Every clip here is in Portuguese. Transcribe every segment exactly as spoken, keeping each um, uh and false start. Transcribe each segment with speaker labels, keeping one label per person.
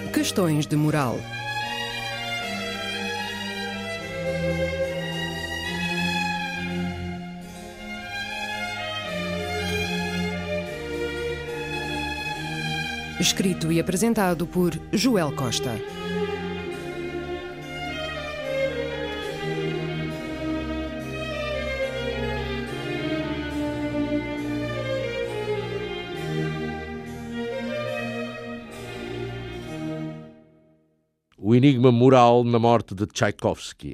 Speaker 1: Questões de moral. Escrito e apresentado por Joel Costa.
Speaker 2: O enigma moral na morte de Tchaikovsky.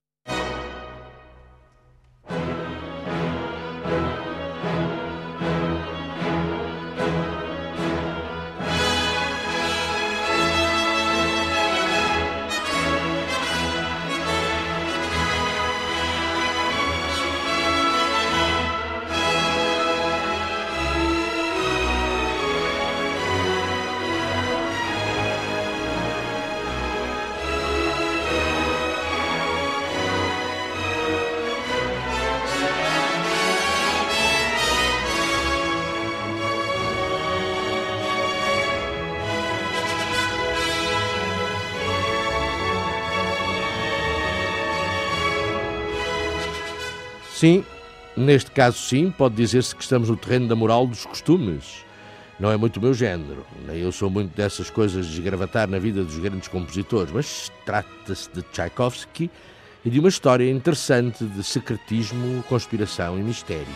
Speaker 2: Sim, neste caso sim, pode dizer-se que estamos no terreno da moral dos costumes. Não é muito o meu género, nem eu sou muito dessas coisas de esgravatar na vida dos grandes compositores, mas trata-se de Tchaikovsky e de uma história interessante de secretismo, conspiração e mistério.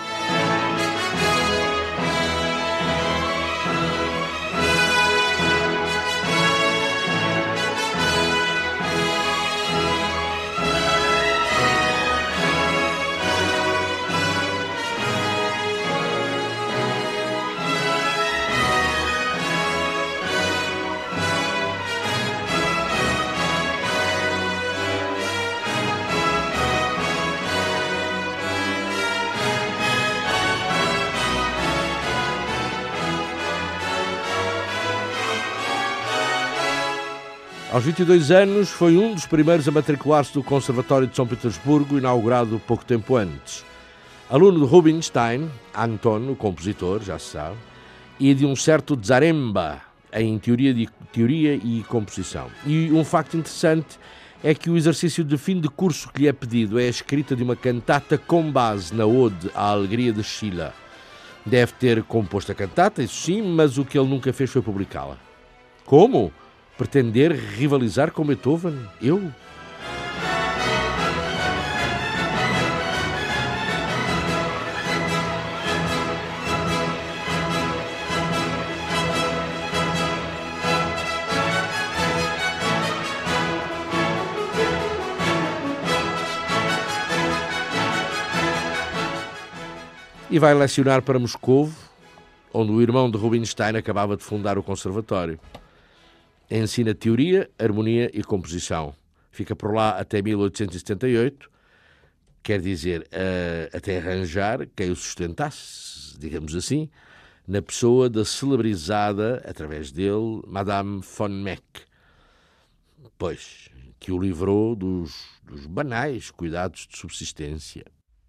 Speaker 2: Aos vinte e dois anos, foi um dos primeiros a matricular-se do Conservatório de São Petersburgo, inaugurado pouco tempo antes. Aluno de Rubinstein, Anton, o compositor, já se sabe, e de um certo Zaremba, em teoria, de, teoria e composição. E um facto interessante é que o exercício de fim de curso que lhe é pedido é a escrita de uma cantata com base na Ode à Alegria de Schiller. Deve ter composto a cantata, isso sim, mas o que ele nunca fez foi publicá-la. Como? Pretender rivalizar com Beethoven? Eu? E vai lecionar para Moscovo, onde o irmão de Rubinstein acabava de fundar o conservatório. Ensina teoria, harmonia e composição. Fica por lá até mil oitocentos e setenta e oito, quer dizer, uh, até arranjar quem o sustentasse, digamos assim, na pessoa da celebrizada, através dele, Madame von Meck, pois, que o livrou dos, dos banais cuidados de subsistência.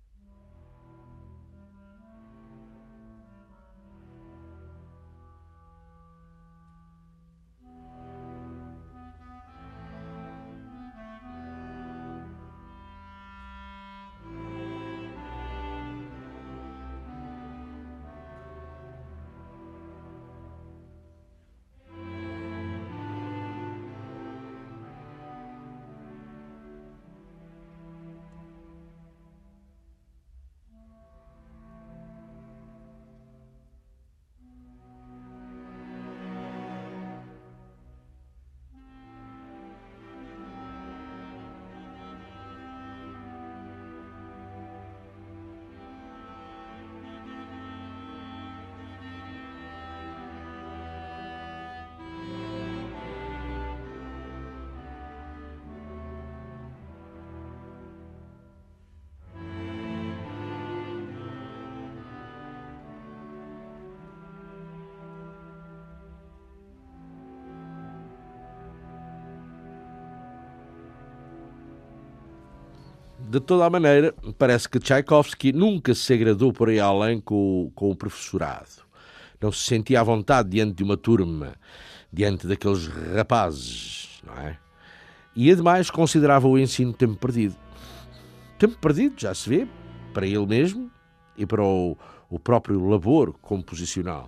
Speaker 2: De toda a maneira, parece que Tchaikovsky nunca se agradou por aí além com, com o professorado. não se sentia à vontade diante de uma turma, diante daqueles rapazes, não é? E, ademais, considerava o ensino tempo perdido. Tempo perdido, já se vê, para ele mesmo e para o, o próprio labor composicional.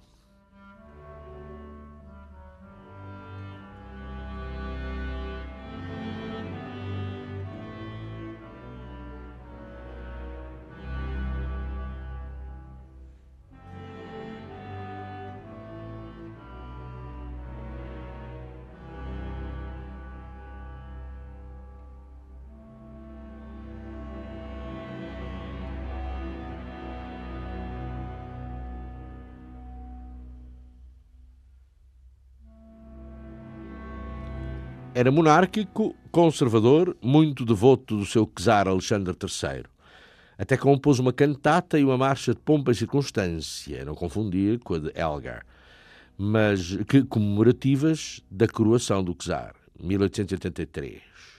Speaker 2: Era monárquico, conservador, muito devoto do seu czar Alexandre terceiro. Até compôs uma cantata e uma marcha de pompa e circunstância, não confundir com a de Elgar, mas que comemorativas da coroação do czar, mil oitocentos e oitenta e três.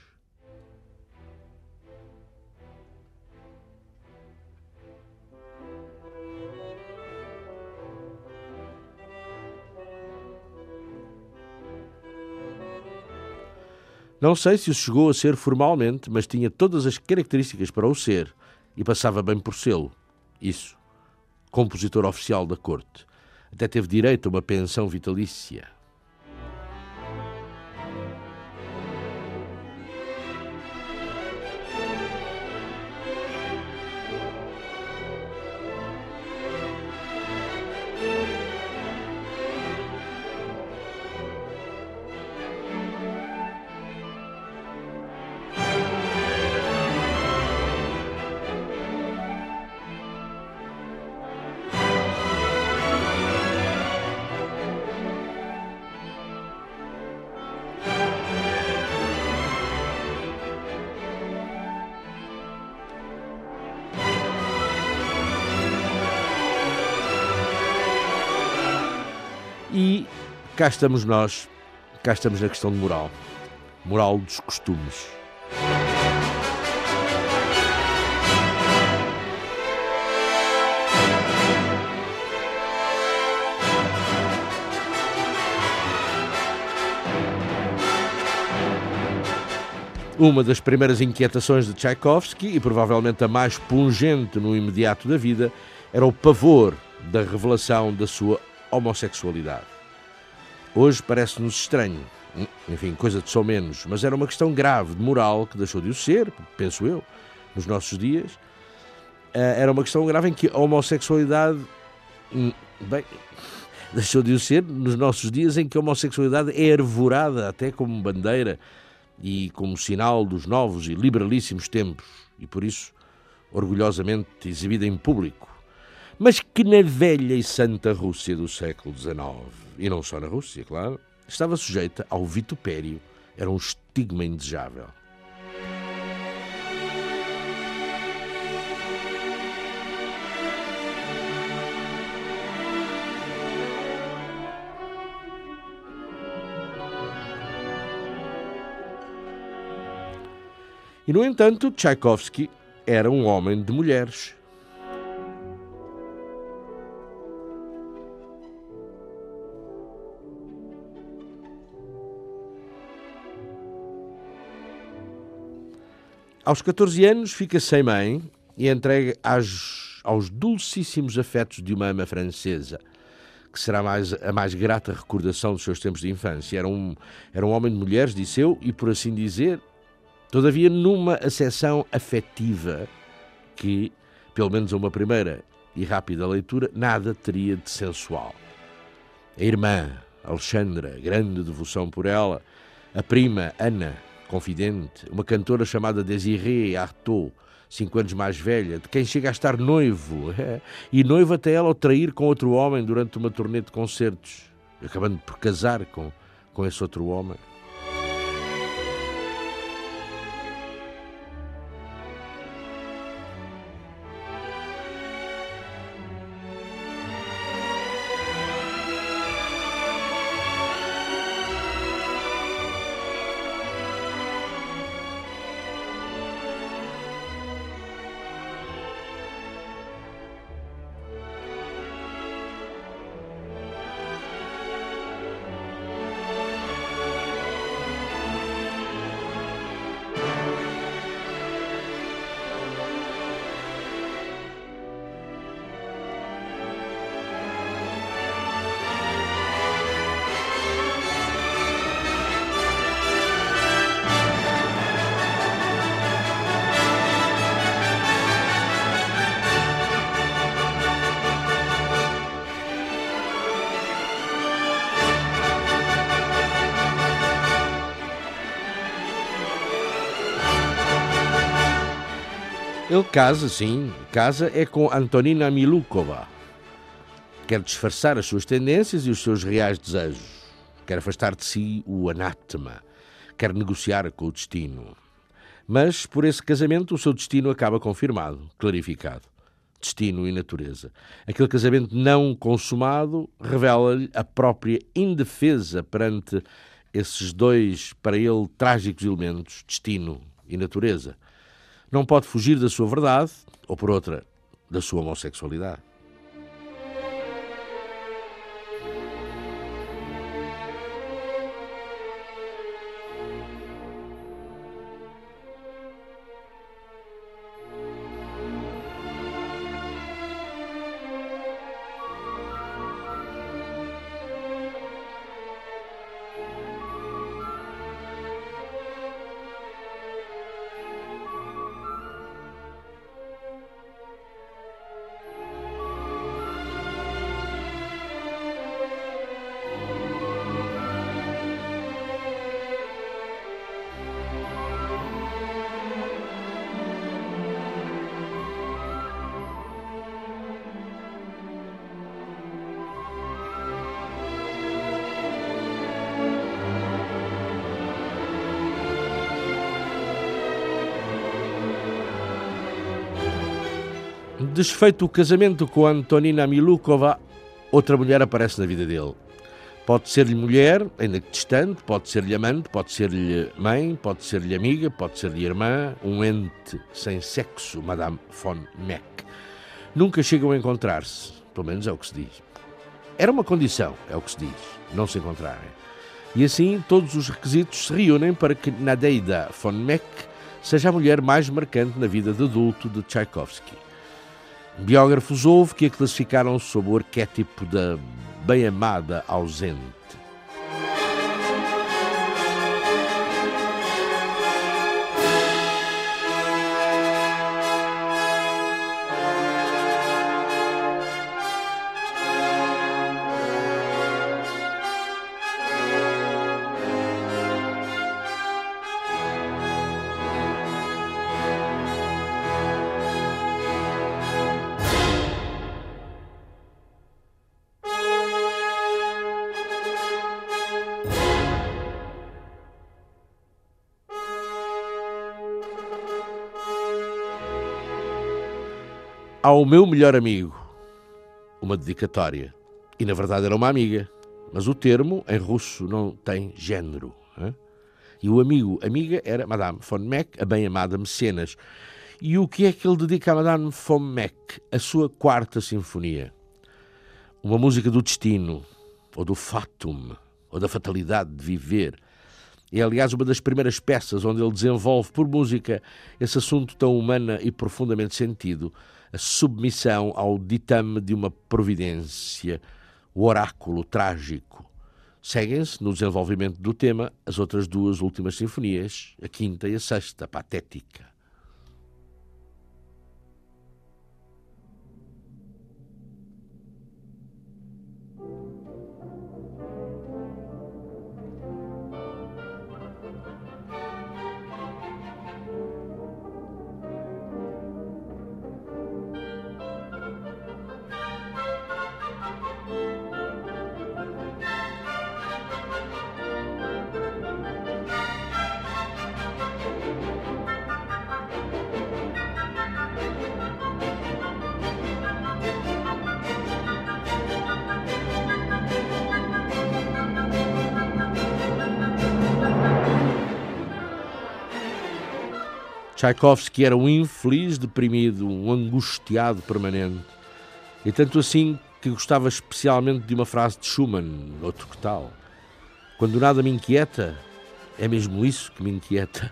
Speaker 2: Não sei se o chegou a ser formalmente, mas tinha todas as características para o ser e passava bem por sê-lo. Isso. Compositor oficial da corte. Até teve direito a uma pensão vitalícia. E cá estamos nós, cá estamos na questão de moral. Moral dos costumes. Uma das primeiras inquietações de Tchaikovsky, e provavelmente a mais pungente no imediato da vida, era o pavor da revelação da sua homossexualidade. Hoje parece-nos estranho, enfim, coisa de só menos, mas era uma questão grave de moral que deixou de o ser, penso eu, nos nossos dias. Era uma questão grave em que a homossexualidade, bem, deixou de o ser nos nossos dias em que a homossexualidade é arvorada até como bandeira e como sinal dos novos e liberalíssimos tempos, e por isso orgulhosamente exibida em público. Mas que na velha e santa Rússia do século dezenove, e não só na Rússia, claro, estava sujeita ao vitupério, era um estigma indesejável. E, no entanto, Tchaikovsky era um homem de mulheres. Aos catorze anos fica sem mãe e entregue às, aos dulcíssimos afetos de uma ama francesa, que será mais, a mais grata recordação dos seus tempos de infância. Era um, era um homem de mulheres, disse eu, e por assim dizer, todavia numa acessão afetiva que, pelo menos a uma primeira e rápida leitura, nada teria de sensual. A irmã, Alexandra, grande devoção por ela, a prima, Ana, confidente, uma cantora chamada Désirée Artaud, cinco anos mais velha, de quem chega a estar noivo, é, e noivo até ela ao trair com outro homem durante uma turnê de concertos, acabando por casar com, com esse outro homem. Ele casa, sim, casa é com Antonina Milukova. Quer disfarçar as suas tendências e os seus reais desejos. Quer afastar de si o anátema. Quer negociar com o destino. Mas, por esse casamento, o seu destino acaba confirmado, clarificado. Destino e natureza. Aquele casamento não consumado revela-lhe a própria indefesa perante esses dois, para ele, trágicos elementos, destino e natureza. Não pode fugir da sua verdade, ou por outra, da sua homossexualidade. Desfeito o casamento com Antonina Milukova, outra mulher aparece na vida dele. Pode ser-lhe mulher, ainda que distante, pode ser-lhe amante, pode ser-lhe mãe, pode ser-lhe amiga, pode ser-lhe irmã, um ente sem sexo, Madame von Meck. Nunca chegam a encontrar-se, pelo menos é o que se diz. Era uma condição, é o que se diz, não se encontrarem. E assim todos os requisitos se reúnem para que Nadeida von Meck seja a mulher mais marcante na vida de adulto de Tchaikovsky. Biógrafos houve que a classificaram sob o arquétipo da bem-amada ausente. Ao meu melhor amigo, uma dedicatória. E na verdade era uma amiga, mas o termo em russo não tem género. Hein? E o amigo, amiga, era Madame von Meck, a bem-amada mecenas. E o que é que ele dedica a Madame von Meck? A sua quarta sinfonia. Uma música do destino, ou do fatum, ou da fatalidade de viver. É, aliás, uma das primeiras peças onde ele desenvolve por música esse assunto tão humano e profundamente sentido, a submissão ao ditame de uma providência, o oráculo trágico. Seguem-se, no desenvolvimento do tema, as outras duas últimas sinfonias, a quinta e a sexta, patética. Tchaikovsky era um infeliz deprimido, um angustiado permanente. E tanto assim que gostava especialmente de uma frase de Schumann, outro que tal. Quando nada me inquieta, é mesmo isso que me inquieta.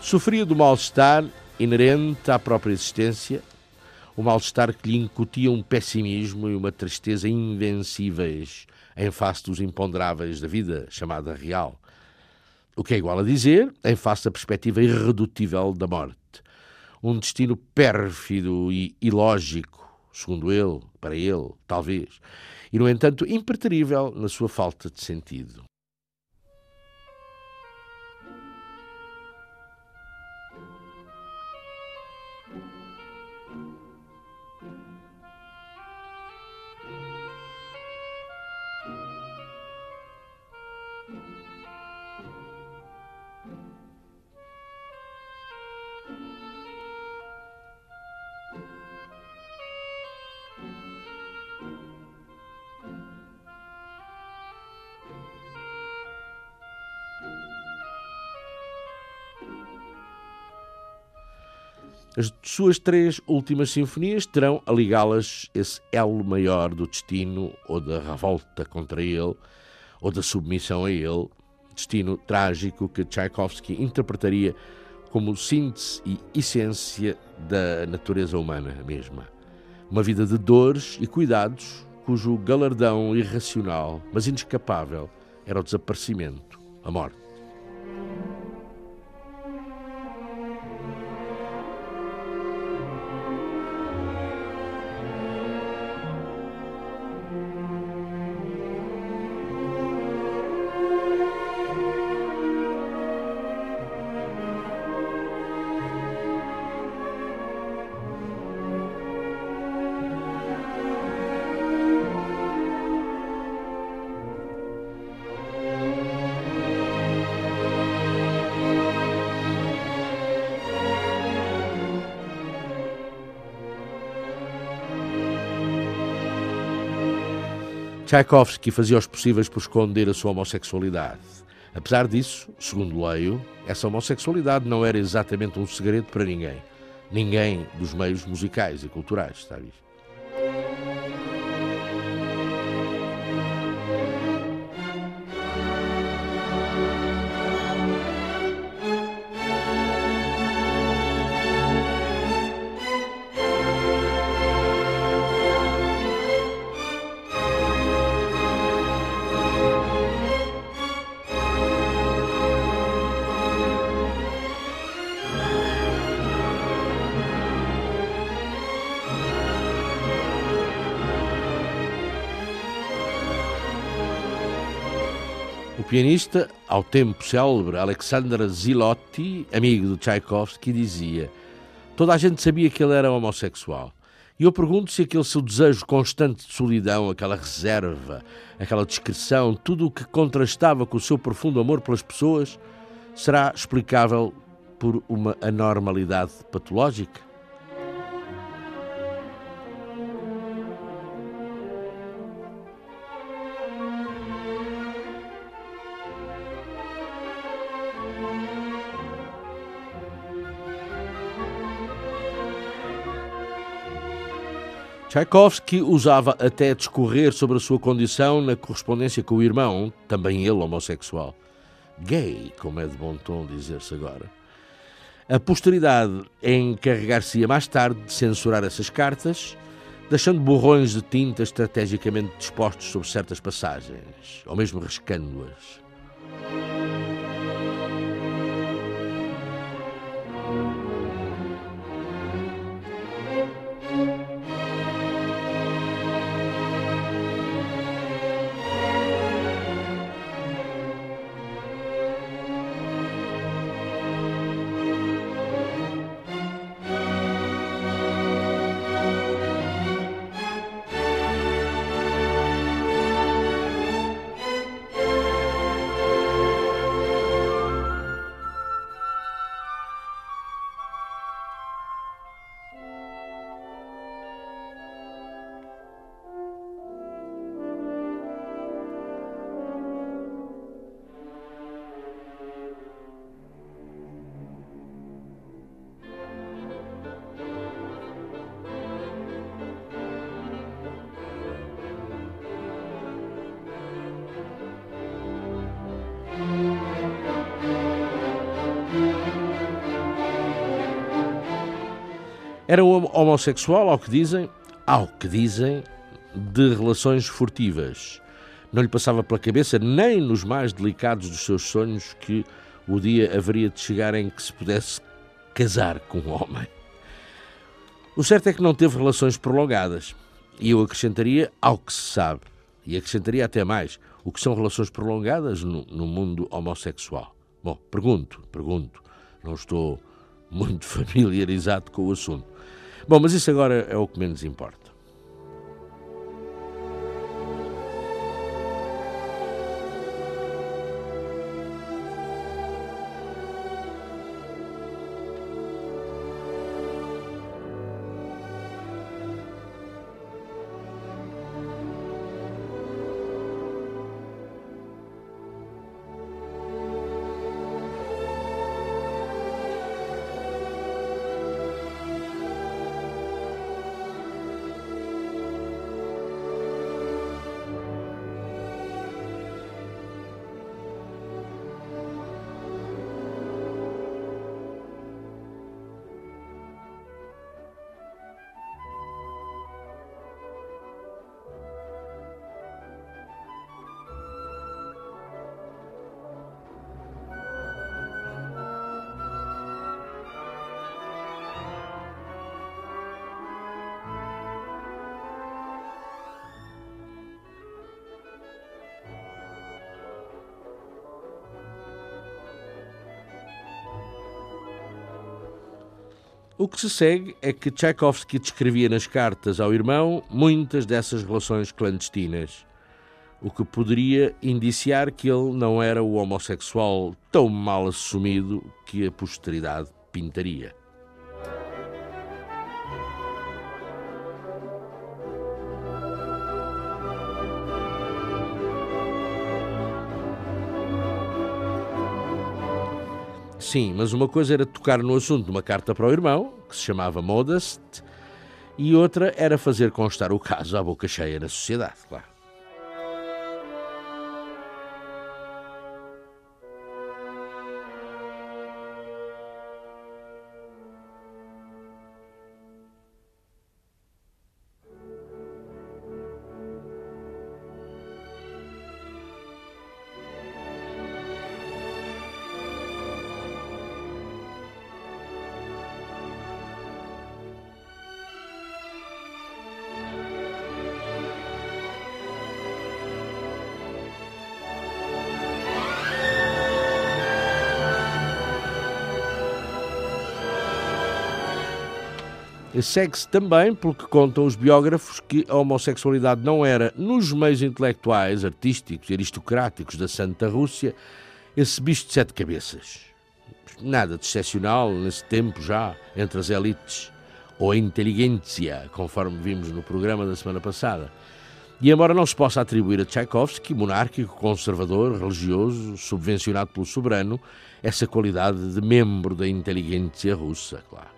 Speaker 2: Sofria do mal-estar inerente à própria existência, o mal-estar que lhe incutia um pessimismo e uma tristeza invencíveis em face dos imponderáveis da vida chamada real. O que é igual a dizer, em face da perspectiva irredutível da morte. Um destino pérfido e ilógico, segundo ele, para ele, talvez, e, no entanto, impreterível na sua falta de sentido. As suas três últimas sinfonias terão a ligá-las esse elo maior do destino ou da revolta contra ele, ou da submissão a ele, destino trágico que Tchaikovsky interpretaria como síntese e essência da natureza humana mesma. Uma vida de dores e cuidados, cujo galardão irracional, mas inescapável, era o desaparecimento, a morte. Tchaikovsky fazia os possíveis por esconder a sua homossexualidade. Apesar disso, segundo leio, essa homossexualidade não era exatamente um segredo para ninguém. Ninguém dos meios musicais e culturais, está a ver? O pianista, ao tempo célebre, Alexander Zilotti, amigo de Tchaikovsky, dizia: toda a gente sabia que ele era homossexual. E eu pergunto se aquele seu desejo constante de solidão, aquela reserva, aquela discrição, tudo o que contrastava com o seu profundo amor pelas pessoas, será explicável por uma anormalidade patológica? Tchaikovsky usava até discorrer sobre a sua condição na correspondência com o irmão, também ele homossexual. Gay, como é de bom tom dizer-se agora. A posteridade encarregar-se-ia mais tarde de censurar essas cartas, deixando borrões de tinta estrategicamente dispostos sobre certas passagens, ou mesmo riscando-as. Era um homossexual, ao que dizem, ao que dizem, de relações furtivas. Não lhe passava pela cabeça, nem nos mais delicados dos seus sonhos, que o dia haveria de chegar em que se pudesse casar com um homem. O certo é que não teve relações prolongadas. E eu acrescentaria ao que se sabe. E acrescentaria até mais. O que são relações prolongadas no, no mundo homossexual? Bom, pergunto, pergunto. Não estou muito familiarizado com o assunto. Bom, mas isso agora é o que menos importa. O que se segue é que Tchaikovsky descrevia nas cartas ao irmão muitas dessas relações clandestinas, o que poderia indiciar que ele não era o homossexual tão mal assumido que a posteridade pintaria. Sim, mas uma coisa era tocar no assunto de uma carta para o irmão, que se chamava Modest, e outra era fazer constar o caso à boca cheia na sociedade, claro. Segue-se também, pelo que contam os biógrafos, que a homossexualidade não era, nos meios intelectuais, artísticos e aristocráticos da Santa Rússia, esse bicho de sete cabeças. Nada de excepcional nesse tempo já, entre as elites, ou a inteligência, conforme vimos no programa da semana passada. E embora não se possa atribuir a Tchaikovsky, monárquico, conservador, religioso, subvencionado pelo soberano, essa qualidade de membro da inteligência russa, claro.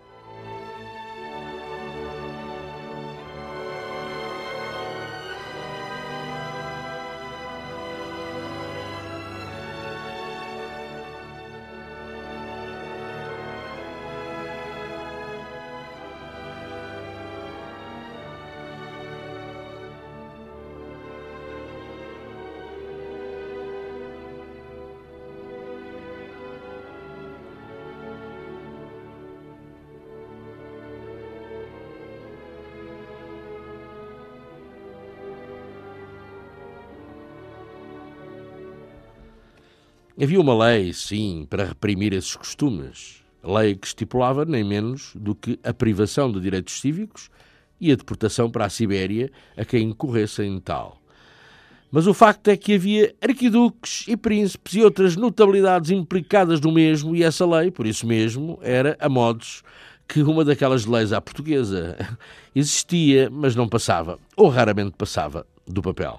Speaker 2: Havia uma lei, sim, para reprimir esses costumes. Lei que estipulava nem menos do que a privação de direitos cívicos e a deportação para a Sibéria a quem incorresse em tal. Mas o facto é que havia arquiduques e príncipes e outras notabilidades implicadas no mesmo, e essa lei, por isso mesmo, era, a modos, que uma daquelas leis à portuguesa. Existia, mas não passava, ou raramente passava, do papel.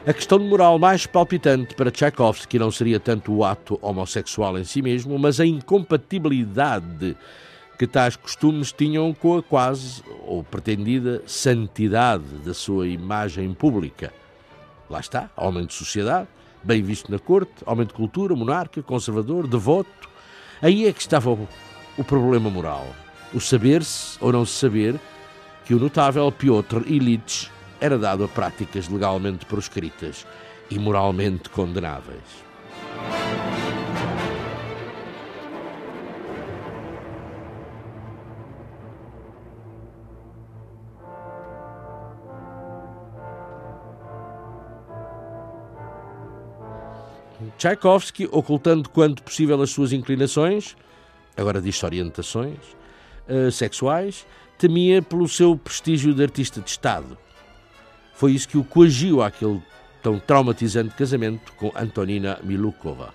Speaker 2: A questão de moral mais palpitante para Tchaikovsky não seria tanto o ato homossexual em si mesmo, mas a incompatibilidade que tais costumes tinham com a quase, ou pretendida, santidade da sua imagem pública. Lá está, homem de sociedade, bem visto na corte, homem de cultura, monarca, conservador, devoto. Aí é que estava o, o problema moral. O saber-se ou não se saber que o notável Piotr Ilyich era dado a práticas legalmente proscritas e moralmente condenáveis. Tchaikovsky, ocultando quanto possível as suas inclinações, agora diz-se orientações, uh, sexuais, temia pelo seu prestígio de artista de Estado. Foi isso que o coagiu àquele tão traumatizante casamento com Antonina Milukova.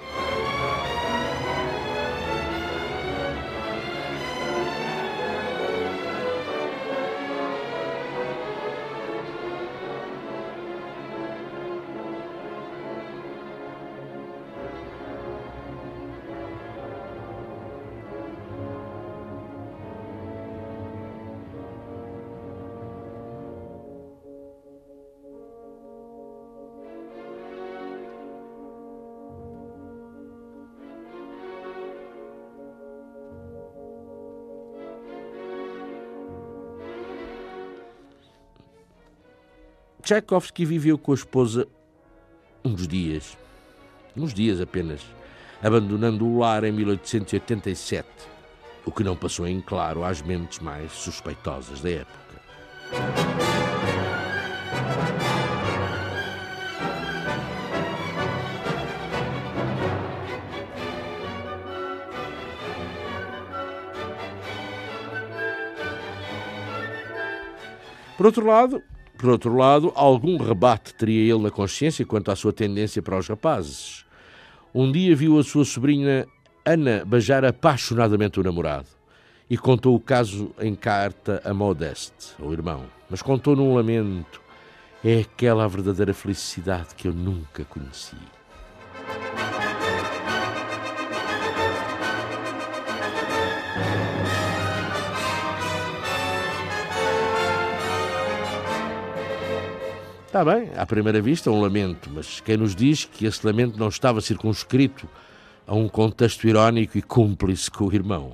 Speaker 2: Tchaikovsky viveu com a esposa uns dias, uns dias apenas, abandonando o lar em mil oitocentos e oitenta e sete, o que não passou em claro às mentes mais suspeitosas da época. Por outro lado, Por outro lado, algum rebate teria ele na consciência quanto à sua tendência para os rapazes. Um dia viu a sua sobrinha Ana beijar apaixonadamente o namorado e contou o caso em carta a Modeste, o irmão. Mas contou num lamento. É aquela a verdadeira felicidade que eu nunca conheci. Está bem, à primeira vista, um lamento, mas quem nos diz que esse lamento não estava circunscrito a um contexto irónico e cúmplice com o irmão?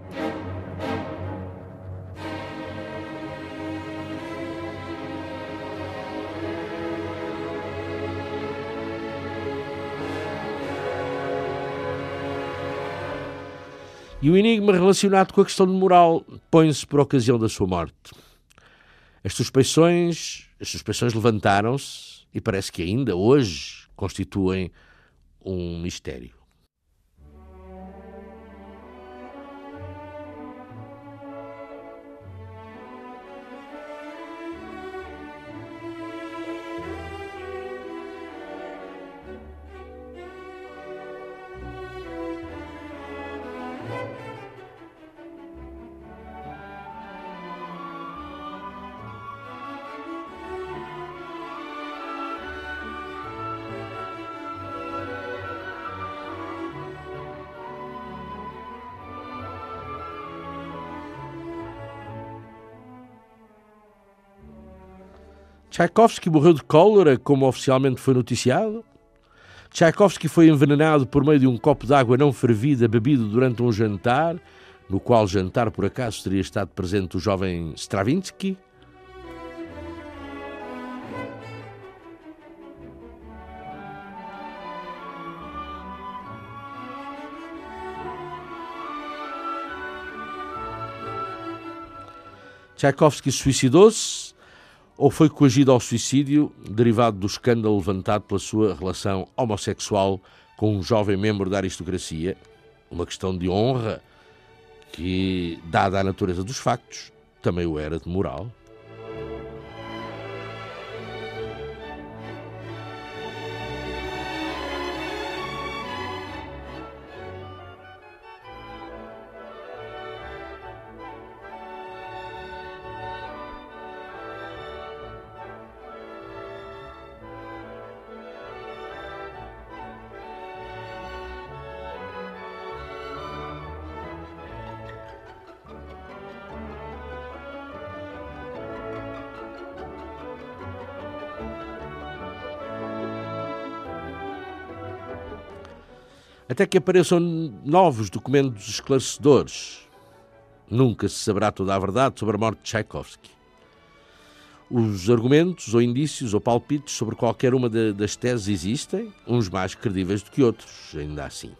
Speaker 2: E o enigma relacionado com a questão de moral põe-se por ocasião da sua morte. As suspeições, as suspeições levantaram-se e parece que ainda hoje constituem um mistério. Tchaikovsky morreu de cólera, como oficialmente foi noticiado? Tchaikovsky foi envenenado por meio de um copo de água não fervida bebido durante um jantar, no qual jantar, por acaso, teria estado presente o jovem Stravinsky? Tchaikovsky suicidou-se ou foi coagido ao suicídio derivado do escândalo levantado pela sua relação homossexual com um jovem membro da aristocracia? Uma questão de honra que, dada a natureza dos factos, também o era de moral. até que apareçam novos documentos esclarecedores. Nunca se saberá toda a verdade sobre a morte de Tchaikovsky. Os argumentos, ou indícios, ou palpites sobre qualquer uma das teses existem, uns mais credíveis do que outros, ainda assim.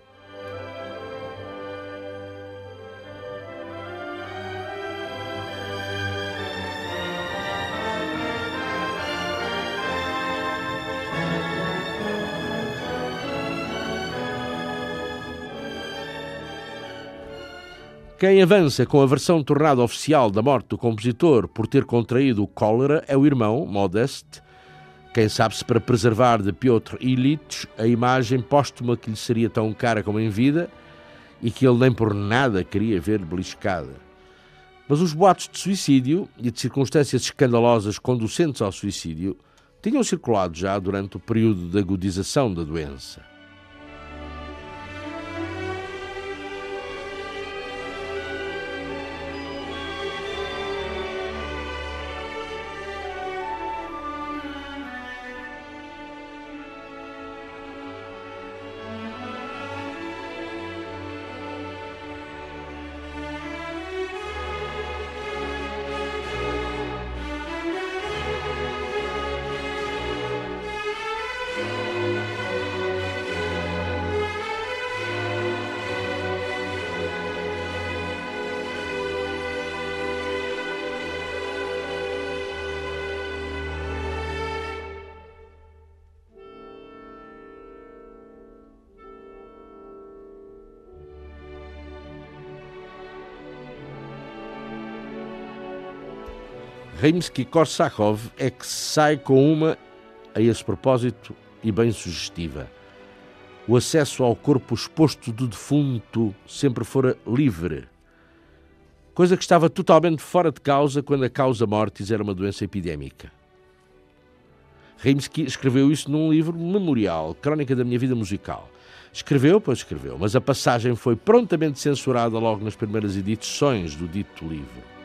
Speaker 2: Quem avança com a versão tornada oficial da morte do compositor por ter contraído o cólera é o irmão, Modest, quem sabe-se para preservar de Piotr Ilyich a imagem póstuma que lhe seria tão cara como em vida e que ele nem por nada queria ver beliscada. Mas os boatos de suicídio e de circunstâncias escandalosas conducentes ao suicídio tinham circulado já durante o período de agudização da doença. Rimsky-Korsakov é que sai com uma, a esse propósito, e bem sugestiva. O acesso ao corpo exposto do defunto sempre fora livre, coisa que estava totalmente fora de causa quando a causa mortis era uma doença epidémica. Rimsky escreveu isso num livro memorial, Crónica da Minha Vida Musical. Escreveu, pois escreveu, mas a passagem foi prontamente censurada logo nas primeiras edições do dito livro.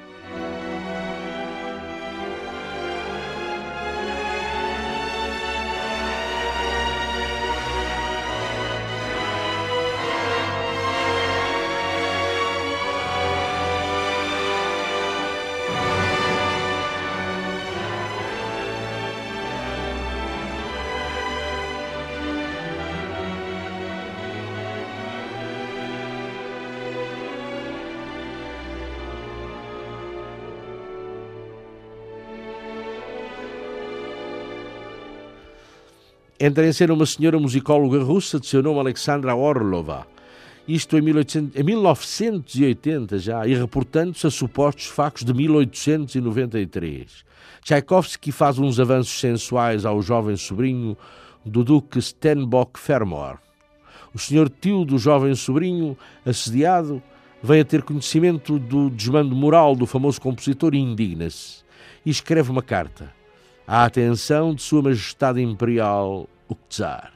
Speaker 2: Entra em cena uma senhora musicóloga russa de seu nome Alexandra Orlova, isto em, mil novecentos e oitenta já, e reportando-se a supostos factos de mil oitocentos e noventa e três. Tchaikovsky faz uns avanços sensuais ao jovem sobrinho do duque Stenbock Fermor. O senhor tio do jovem sobrinho, assediado, vem a ter conhecimento do desmando moral do famoso compositor e indigna-se, e escreve uma carta à atenção de Sua Majestade Imperial, o Czar.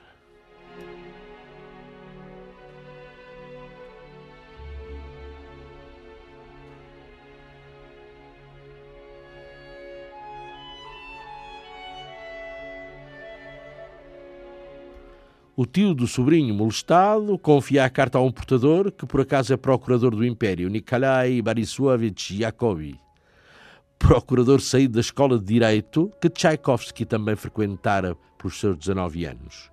Speaker 2: O tio do sobrinho molestado confia a carta a um portador que por acaso é procurador do Império, Nikolai Borisovich Jacobi, procurador saído da escola de Direito que Tchaikovsky também frequentara pelos seus dezanove anos.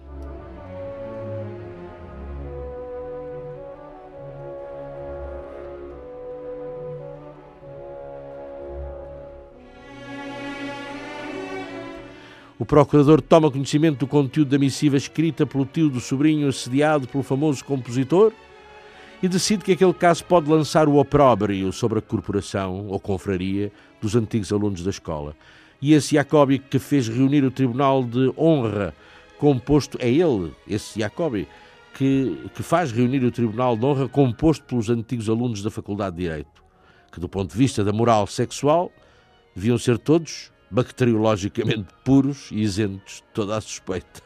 Speaker 2: O procurador toma conhecimento do conteúdo da missiva escrita pelo tio do sobrinho assediado pelo famoso compositor e decide que aquele caso pode lançar o opróbrio sobre a corporação ou confraria dos antigos alunos da escola. E esse Jacobi que fez reunir o Tribunal de Honra composto, é ele, esse Jacobi, que, que faz reunir o Tribunal de Honra composto pelos antigos alunos da Faculdade de Direito, que do ponto de vista da moral sexual deviam ser todos bacteriologicamente puros e isentos de toda a suspeita.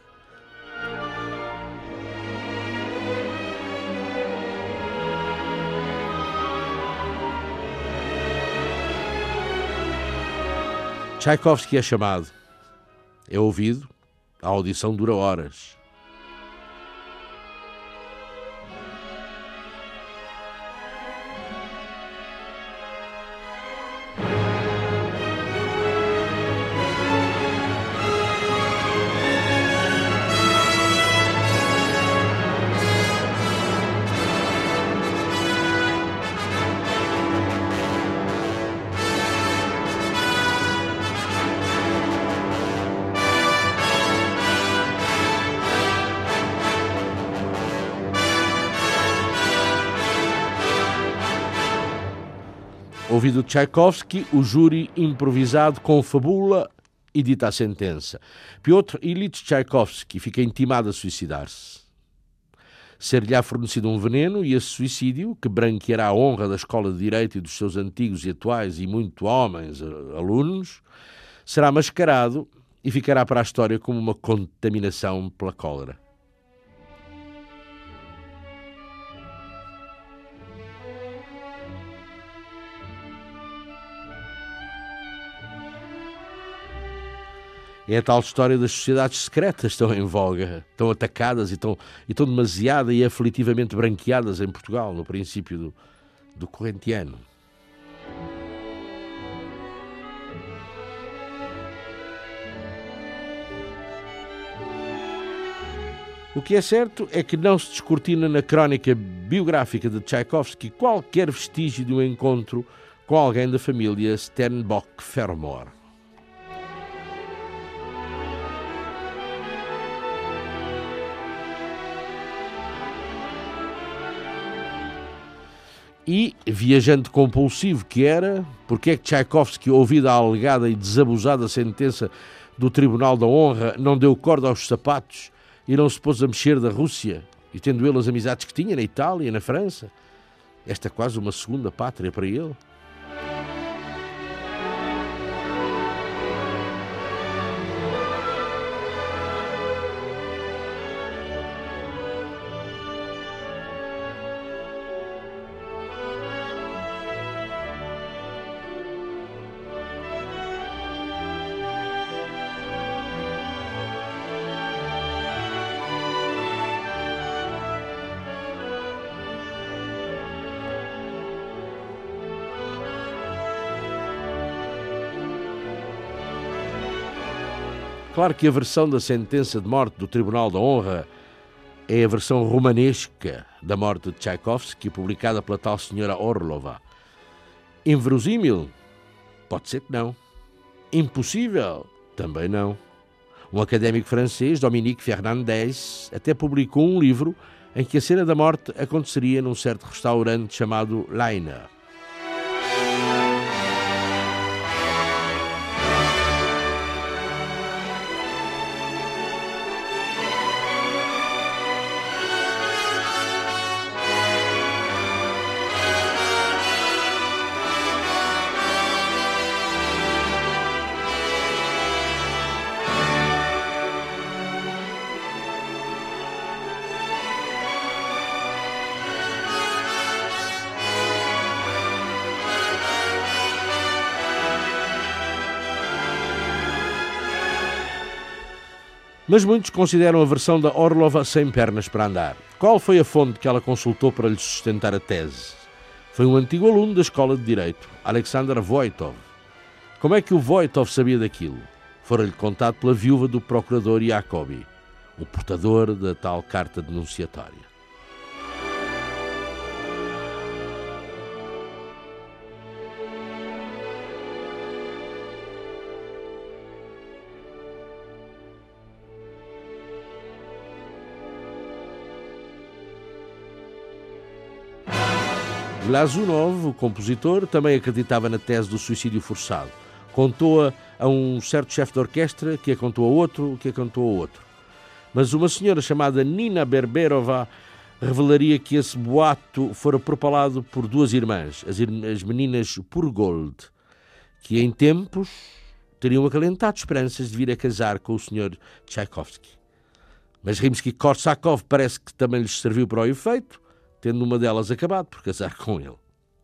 Speaker 2: Tchaikovsky é chamado, é ouvido, a audição dura horas. Ouvido Tchaikovsky, o júri improvisado confabula e dita a sentença. Piotr Ilyich Tchaikovsky fica intimado a suicidar-se. Ser-lhe-á fornecido um veneno e esse suicídio, que branqueará a honra da Escola de Direito e dos seus antigos e atuais e muito homens alunos, será mascarado e ficará para a história como uma contaminação pela cólera. É a tal história das sociedades secretas que estão em voga, estão atacadas e estão, e estão demasiado e aflitivamente branqueadas em Portugal, no princípio do, do corrente ano. O que é certo é que não se descortina na crónica biográfica de Tchaikovsky qualquer vestígio de um encontro com alguém da família Sternbock-Fermor. E, viajante compulsivo que era, porque é que Tchaikovsky, ouvida a alegada e desabusada sentença do Tribunal da Honra, não deu corda aos sapatos e não se pôs a mexer da Rússia, e tendo ele as amizades que tinha na Itália e na França? Esta é quase uma segunda pátria para ele. Claro que a versão da sentença de morte do Tribunal da Honra é a versão romanesca da morte de Tchaikovsky, publicada pela tal senhora Orlova. Inverosímil? Pode ser que não. Impossível? Também não. Um académico francês, Dominique Fernandez, até publicou um livro em que a cena da morte aconteceria num certo restaurante chamado Leiner. Mas muitos consideram a versão da Orlova sem pernas para andar. Qual foi a fonte que ela consultou para lhe sustentar a tese? Foi um antigo aluno da Escola de Direito, Alexander Voitov. Como é que o Voitov sabia daquilo? Fora-lhe contado pela viúva do procurador Jacobi, o portador da tal carta denunciatória. Glazunov, o compositor, também acreditava na tese do suicídio forçado. Contou-a a um certo chefe de orquestra, que a contou a outro, que a contou a outro. Mas uma senhora chamada Nina Berberova revelaria que esse boato fora propalado por duas irmãs, as, ir- as meninas Purgold, que em tempos teriam acalentado esperanças de vir a casar com o senhor Tchaikovsky. Mas Rimsky-Korsakov parece que também lhes serviu para o efeito, tendo uma delas acabado por casar com ele.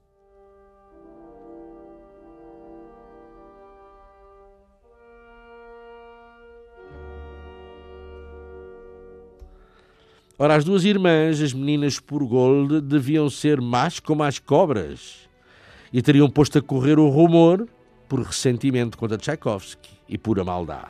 Speaker 2: Ora, as duas irmãs, as meninas Purgold, deviam ser más como as cobras e teriam posto a correr o rumor por ressentimento contra Tchaikovsky e pura maldade.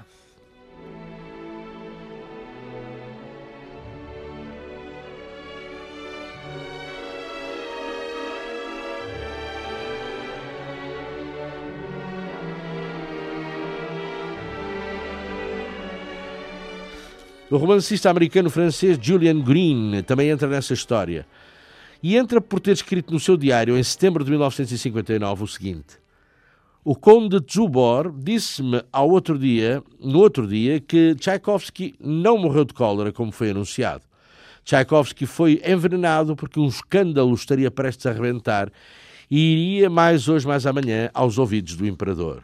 Speaker 2: O romancista americano-francês Julian Green também entra nessa história. e entra por ter escrito no seu diário, em setembro de mil novecentos e cinquenta e nove, o seguinte: o conde Zubor disse-me ao outro dia, no outro dia, que Tchaikovsky não morreu de cólera, como foi anunciado. Tchaikovsky foi envenenado porque um escândalo estaria prestes a arrebentar e iria, mais hoje, mais amanhã, aos ouvidos do imperador.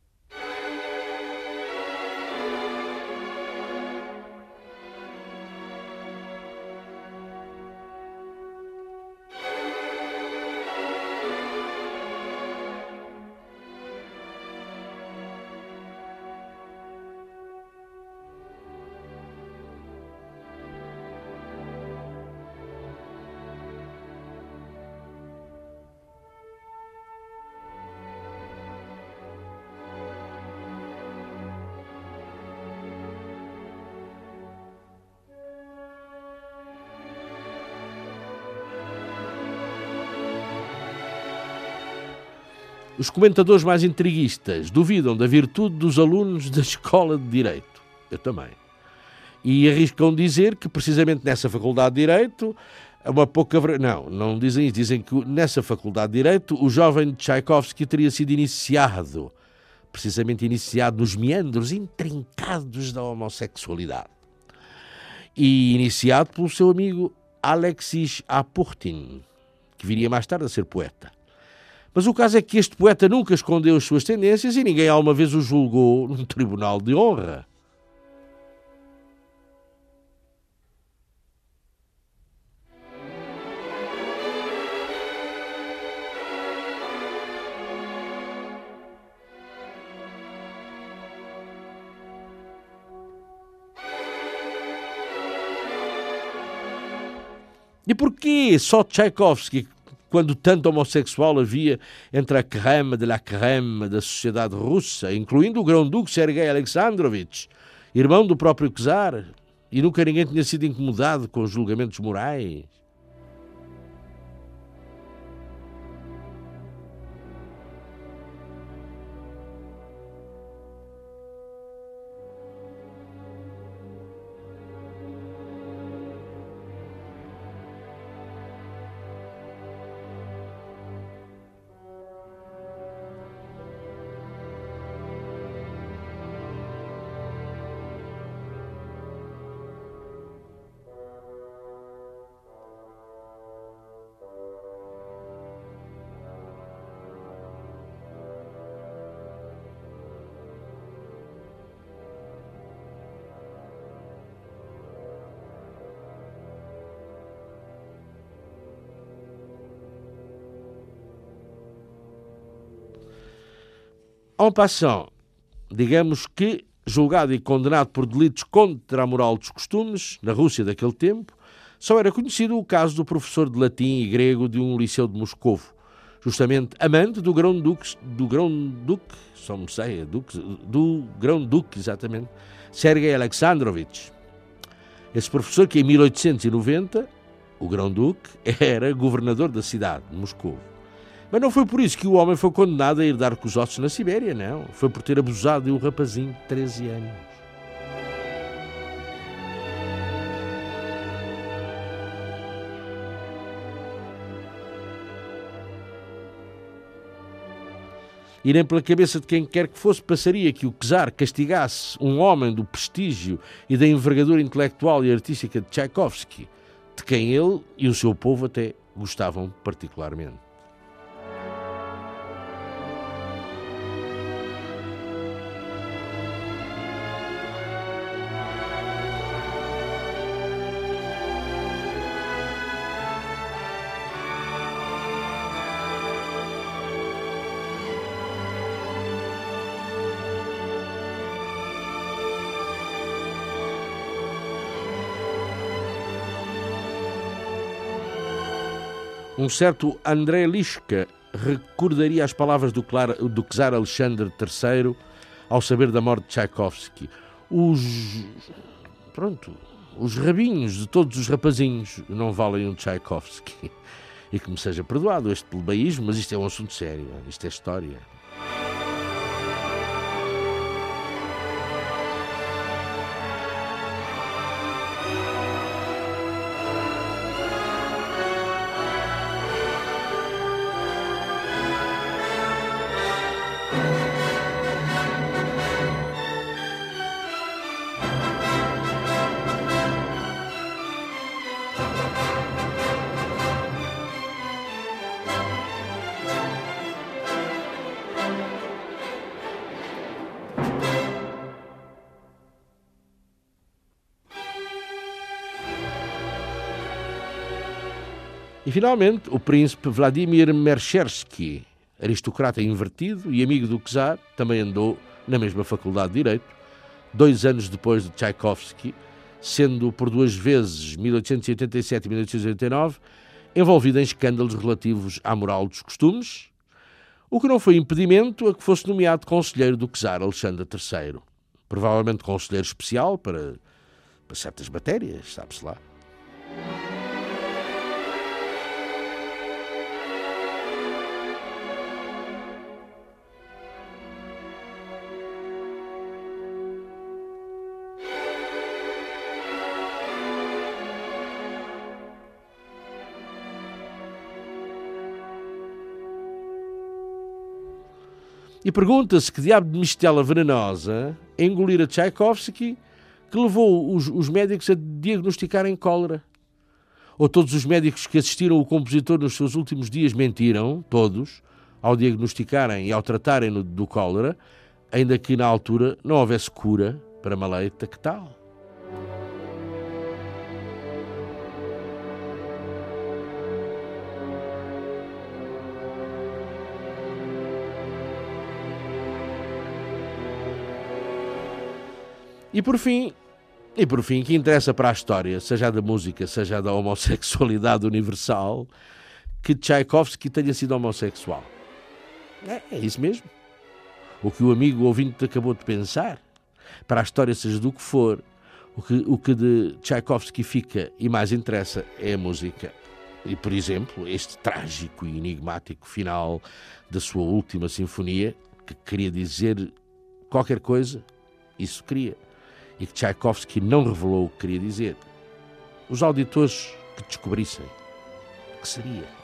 Speaker 2: Os comentadores mais intriguistas duvidam da virtude dos alunos da Escola de Direito. Eu também. E arriscam dizer que, precisamente nessa Faculdade de Direito, uma pouca... Não, não dizem isso. Dizem que nessa Faculdade de Direito o jovem Tchaikovsky teria sido iniciado, precisamente iniciado nos meandros intrincados da homossexualidade. E iniciado pelo seu amigo Alexis Apurtin, que viria mais tarde a ser poeta. Mas o caso é que este poeta nunca escondeu as suas tendências e ninguém alguma vez o julgou num tribunal de honra. E porquê só Tchaikovsky, quando tanto homossexual havia entre a crème de la crème da sociedade russa, incluindo o grão-duque Sergei Alexandrovich, irmão do próprio czar, e nunca ninguém tinha sido incomodado com os julgamentos morais? En passant, digamos que, julgado e condenado por delitos contra a moral dos costumes, na Rússia daquele tempo, só era conhecido o caso do professor de latim e grego de um liceu de Moscovo, justamente amante do grão-duque, do grão-duque, só me sei, duque, do grão-duque, exatamente, Sergei Alexandrovich. Esse professor que em mil oitocentos e noventa, o grão-duque, era governador da cidade de Moscovo. Mas não foi por isso que o homem foi condenado a ir dar com os ossos na Sibéria, não. Foi por ter abusado de um rapazinho de treze anos. E nem pela cabeça de quem quer que fosse passaria que o czar castigasse um homem do prestígio e da envergadura intelectual e artística de Tchaikovsky, de quem ele e o seu povo até gostavam particularmente. Um certo André Lishka recordaria as palavras do, Clara, do czar Alexandre terceiro ao saber da morte de Tchaikovsky. Os, pronto, os rabinhos de todos os rapazinhos não valem um Tchaikovsky. E que me seja perdoado este plebeísmo, mas isto é um assunto sério, isto é história. E, finalmente, o príncipe Vladimir Merchersky, aristocrata invertido e amigo do czar, também andou na mesma faculdade de Direito, dois anos depois de Tchaikovsky, sendo por duas vezes, mil oitocentos e oitenta e sete e mil oitocentos e oitenta e nove, envolvido em escândalos relativos à moral dos costumes, o que não foi impedimento a que fosse nomeado conselheiro do czar Alexandre terceiro. Provavelmente conselheiro especial para, para certas matérias, sabe-se lá. E pergunta-se que diabo de mistela venenosa engolira Tchaikovsky que levou os, os médicos a diagnosticarem cólera. Ou todos os médicos que assistiram o compositor nos seus últimos dias mentiram, todos, ao diagnosticarem e ao tratarem do, do cólera, ainda que na altura não houvesse cura para maleita que tal. E por fim, e por fim, que interessa para a história, seja a da música, seja a da homossexualidade universal, que Tchaikovsky tenha sido homossexual. É, é isso mesmo. O que o amigo ouvinte acabou de pensar. Para a história, seja do que for, o que, o que de Tchaikovsky fica e mais interessa é a música. E, por exemplo, este trágico e enigmático final da sua última sinfonia, que queria dizer qualquer coisa, isso queria. E que Tchaikovsky não revelou o que queria dizer. Os auditores que descobrissem o que seria.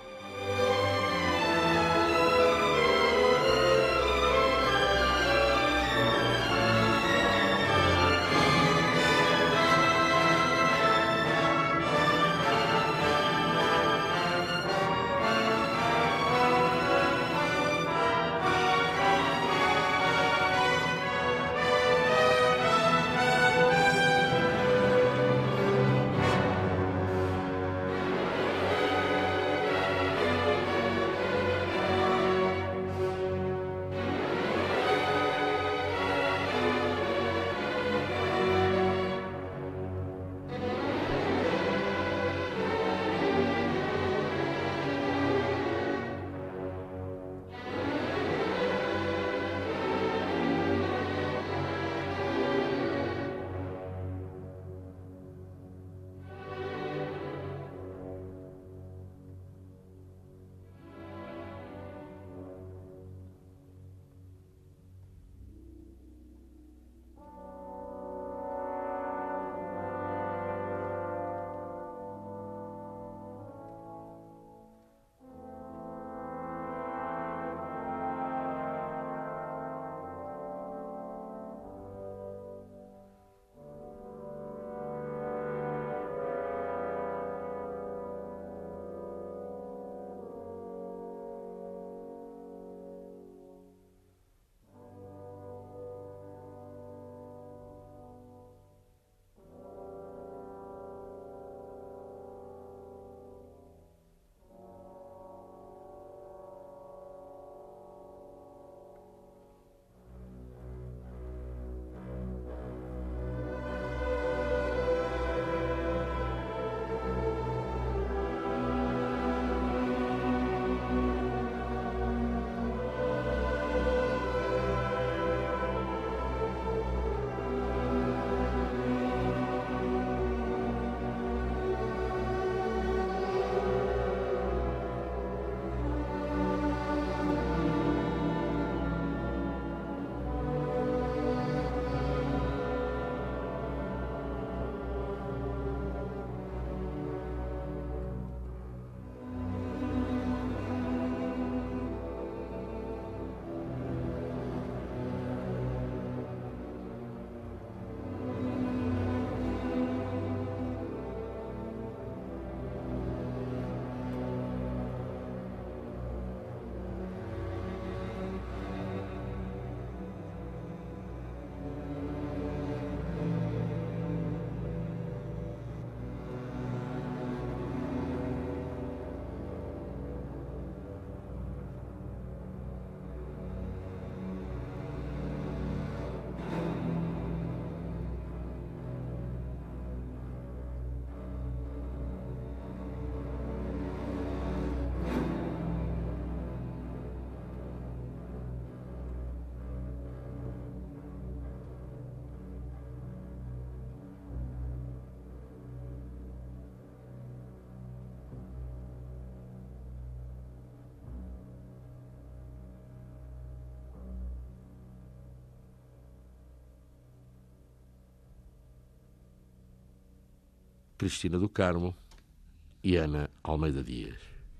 Speaker 2: Cristina do Carmo e Ana Almeida Dias.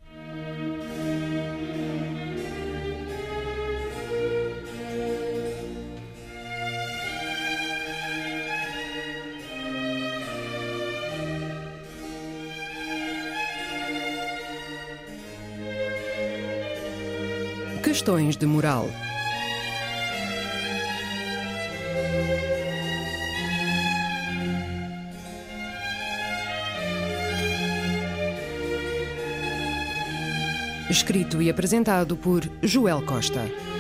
Speaker 1: Questões de moral. Escrito e apresentado por Joel Costa.